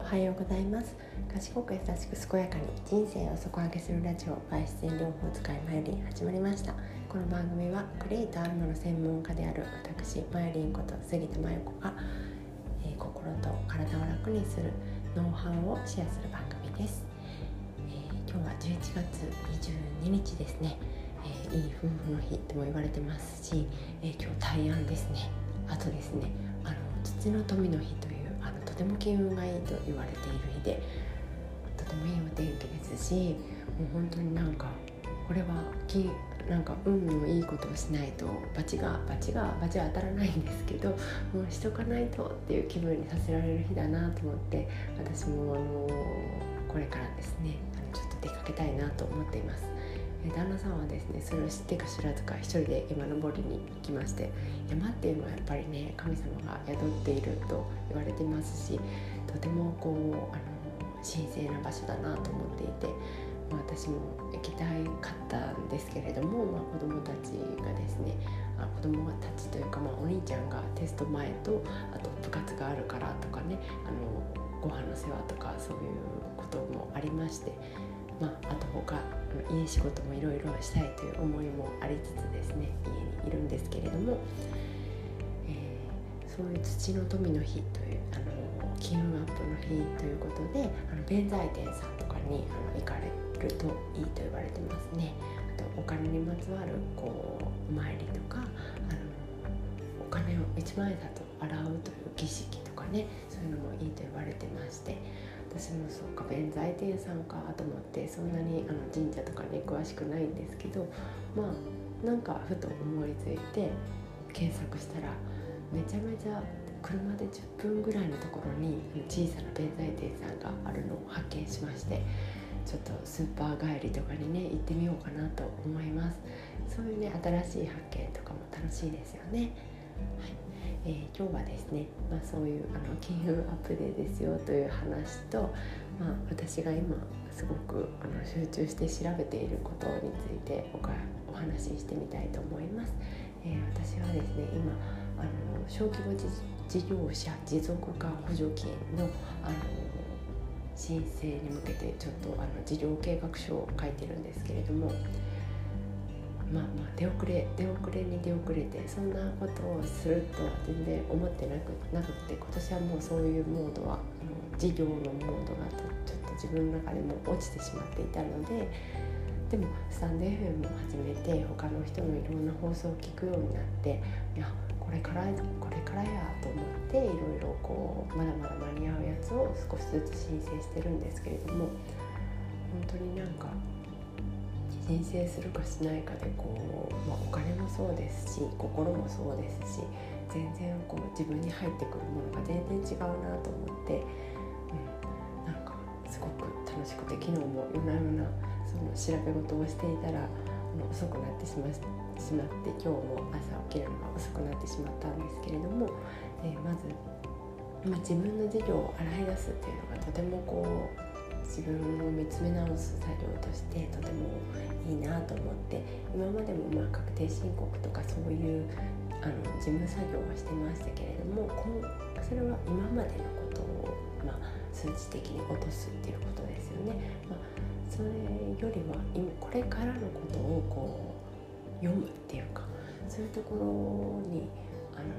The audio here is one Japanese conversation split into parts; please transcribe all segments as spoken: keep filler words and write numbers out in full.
おはようございます。賢く優しく健やかに人生を底上げするラジオバイ自然療法使いマユリン始まりました。この番組はクリエイターアルマの専門家である私マユリンこと杉田真由子が、えー、心と体を楽にするノウハウをシェアする番組です。えー、今日はじゅういちがつにじゅうににちですね。えー、いい夫婦の日とも言われてますし、えー、今日大安ですね。あとですね、あの土の富の日というあのとても金運がいいと言われている日で、とてもいいお天気ですし、もう本当になんかこれは金なんか運のいいことをしないとバチがバチがバチは当たらないんですけど、もうしとかないとっていう気分にさせられる日だなと思って、私もあのこれからですねちょっと出かけたいなと思っています。旦那さんはですね、それを知ってか知らずか一人で山登りに行きまして、山っていうのはやっぱりね神様が宿っていると言われてますし、とてもこうあの神聖な場所だなと思っていて、まあ、私も行きたかったんですけれども、まあ、子どもたちがですねあ子どもたちというか、まあ、お兄ちゃんがテスト前とあと部活があるからとかね、あのご飯の世話とかそういうこともありまして、まあ、あと他家仕事もいろいろしたいという思いもありつつですね、家にいるんですけれども、えー、そういう土の富の日というあの金運アップの日ということで、あの弁財天さんとかにあの行かれるといいと言われてますね。あとお金にまつわるこうお参りとか、あのお金を一万円札と洗うという儀式とかね、そういうのもいいと言われてまして、私もそうか弁財天さんかと思ってそんなにあの神社とかに詳しくないんですけど、まあなんかふと思いついて検索したら、めちゃめちゃ車でじゅっぷんぐらいのところに小さな弁財天さんがあるのを発見しまして、ちょっとスーパー帰りとかにね行ってみようかなと思います。そういうね新しい発見とかも楽しいですよね。はい、えー、今日はですね、まあ、そういうあの金運アップデーですよという話と、まあ、私が今すごくあの集中して調べていることについて お, かお話ししてみたいと思います。えー、私はですね今あの小規模事業者持続化補助金の、あの申請に向けてちょっとあの事業計画書を書いてるんですけれども、まあまあ出遅れ出遅れに出遅れて、そんなことをするとは全然思ってなくなくて、今年はもうそういうモードは事業のモードがちょっと自分の中でも落ちてしまっていたので、でもスタンド エフエム を始めて他の人のいろんな放送を聞くようになって、いやこれからこれからやと思っていろいろこうまだまだ間に合うやつを少しずつ申請してるんですけれども、本当になんか申請するかしないかでこう、まあ、お金もそうですし心もそうですし、全然こう自分に入ってくるものが全然違うなと思って、うん、なんかすごく楽しくて、昨日も夜な夜なその調べ事をしていたらあの遅くなってしまししまって今日も朝起きるのが遅くなってしまったんですけれども、えー、まず、まあ、自分の事業を洗い出すっていうのがとてもこう自分を見つめ直す作業としてとてもいいなと思って、今までもまあ確定申告とかそういうあの事務作業はしてましたけれども、それは今までのことを、まあ、数値的に落とすっていうことですよね。まあ、それよりはこれからのことをこう読むっていうか、そういうところにあの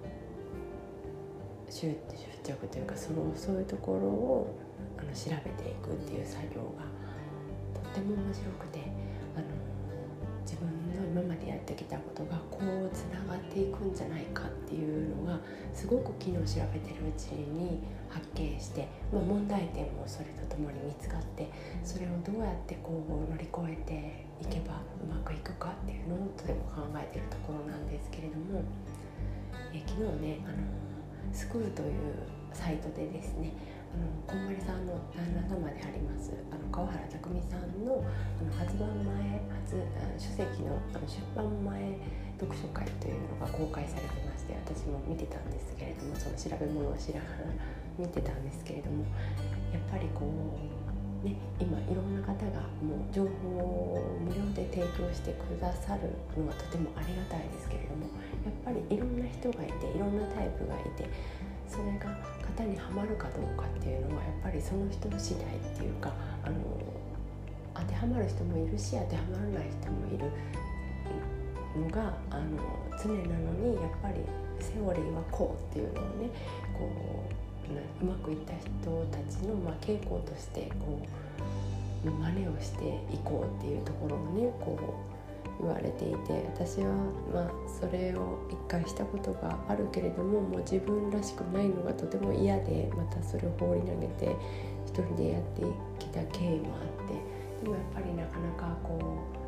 執着というか、そのそういうところをあの調べていくっていう作業がとっても面白くて、あの自分の今までやってきたことがこうつながっていくんじゃないかっていうのがすごく昨日調べてるうちに発見して、まあ、問題点もそれとともに見つかって、それをどうやってこう乗り越えていけばうまくいくかっていうのをとても考えているところなんですけれども、え昨日ねあのスクールというサイトでですね、あのこんまりさんの旦那様でありますあの川原拓実さんの、あの発売前発書籍の、あの出版前読書会というのが公開されてまして、私も見てたんですけれども、その調べ物をしながら見てたんですけれども、やっぱりこうね、今いろんな方がもう情報を無料で提供してくださるのはとてもありがたいですけれども、やっぱりいろんな人がいていろんなタイプがいて、 それが型にはまるかどうかっていうのはやっぱりその人次第っていうか、あの当てはまる人もいるし当てはまらない人もいるのがあの常なのに、やっぱりセオリーはこうっていうのをね、こううまくいった人たちの、まあ、傾向としてこう真似をしていこうっていうところをねこう言われていて、私はまあそれを一回したことがあるけれども、もう自分らしくないのがとても嫌で、またそれを放り投げて一人でやってきた経緯もあって、でもやっぱりなかなかこう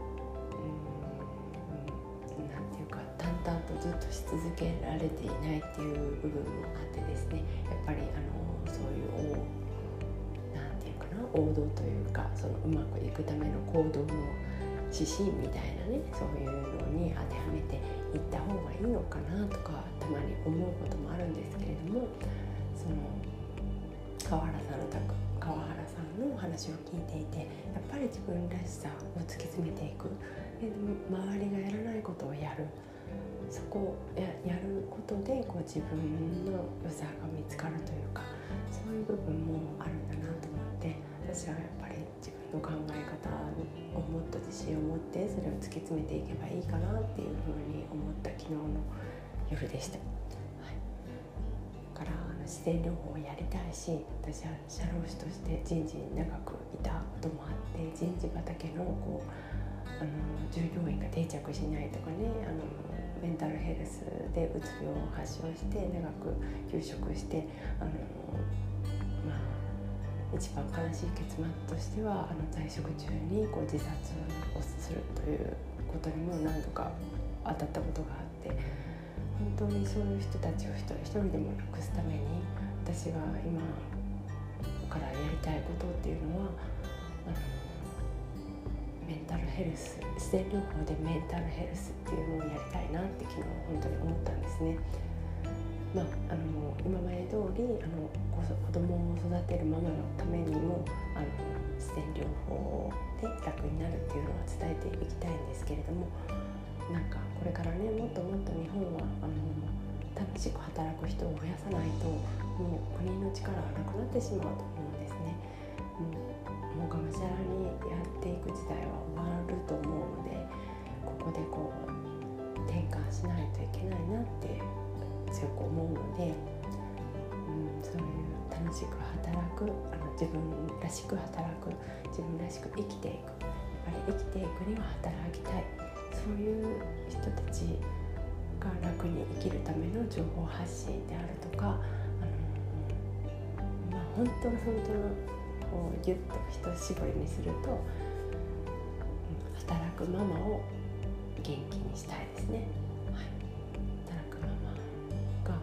淡々とずっとし続けられていないっていう部分もあってですね、やっぱりあのそういうなんていうかな王道というか、そのうまくいくための行動の指針みたいなね、そういうのに当てはめていった方がいいのかなとかたまに思うこともあるんですけれども、その川原さんの川原さんのお話を聞いていて、やっぱり自分らしさを突き詰めていく、で周りがやらないことをやる、そこを や, やることでこう自分の良さが見つかるというか、そういう部分もあるんだなと思って、私はやっぱり自分の考え方をもっと自信を持ってそれを突き詰めていけばいいかなっていうふうに思った昨日の夜でした。はい、だからあの自然療法をやりたいし、私は社労士として人事に長くいたこともあって、人事畑のこうあの従業員が定着しないとかね、あのメンタルヘルスでうつ病を発症して長く休職して、あの、まあ、一番悲しい結末としてはあの在職中にこう自殺をするということにも何度か当たったことがあって、本当にそういう人たちを一人一人でもなくすために、私が今からやりたいことっていうのはあのメンタルヘルス、自然療法でメンタルヘルスっていうのをやりたいなって昨日本当に思ったんですね。まあ、あの今まで通りあの子供を育てるママのためにもあの自然療法で楽になるっていうのは伝えていきたいんですけれども、なんかこれからねもっともっと日本はあの楽しく働く人を増やさないともう国の力がなくなってしまうと思うんですね。もうがむしゃらにやっていく時代は終わると思うので、ここでこう転換しないといけないなって強く思うので、うん、そういう楽しく働く、あの自分らしく働く、自分らしく生きていく、やっぱり生きていくには働きたい、そういう人たちが楽に生きるための情報発信であるとか、あの、まあ、本当の本当のこうギュッと一絞りにすると、働くママを元気にしたいですね。はい、働くママが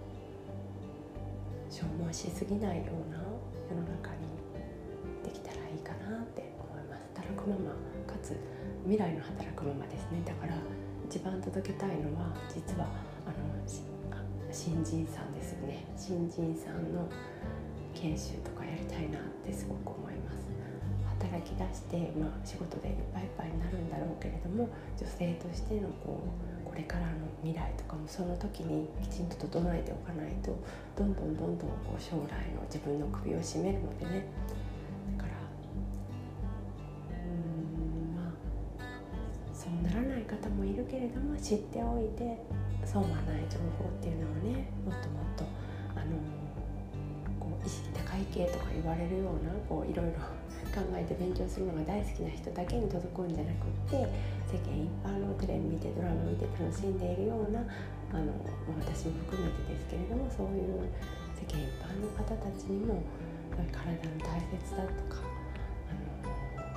消耗しすぎないような世の中にできたらいいかなって思います。働くママかつ未来の働くママですね。だから一番届けたいのは実はあの新人さんですよね。新人さんの研修とかやりたいなってすごく思います。働き出して、まあ、仕事でいっぱいいっぱいになるんだろうけれども、女性としてのこうこれからの未来とかもその時にきちんと整えておかないと、どんどんどんどんこう将来の自分の首を絞めるのでね。だからうーんまあそうならない方もいるけれども、知っておいて損はない情報っていうのをね、もっともっとあの意識高い系とか言われるようなこういろいろ考えて勉強するのが大好きな人だけに届くんじゃなくって、世間一般のテレビ見てドラマ見て楽しんでいるようなあの私も含めてですけれども、そういう世間一般の方たちにも体の大切さとか、あの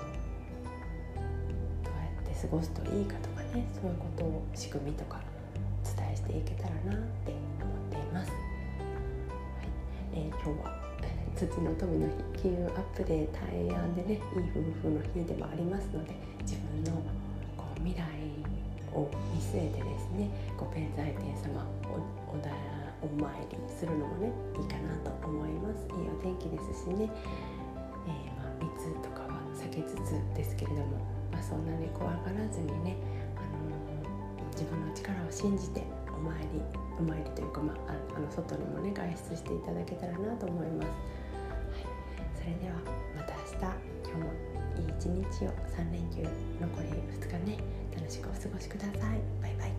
どうやって過ごすといいかとかね、そういうことを仕組みとかお伝えしていけたらなって思っています。はいえー、今日は土の富の日、金運アップで大安でね、いい夫婦の日でもありますので、自分のこう未来を見据えてですね、ご弁財天様 お, お, だお参りするのもねいいかなと思います。いいお天気ですしね、えーまあ、密とかは避けつつですけれども、まあ、そんなに怖がらずにね、あのー、自分の力を信じて思参りお参りというか、まあ、あの外にもね外出していただけたらなと思います。はい、それではまた明日、今日もいい一日を、さん連休残りふつかね楽しくお過ごしください。バイバイ。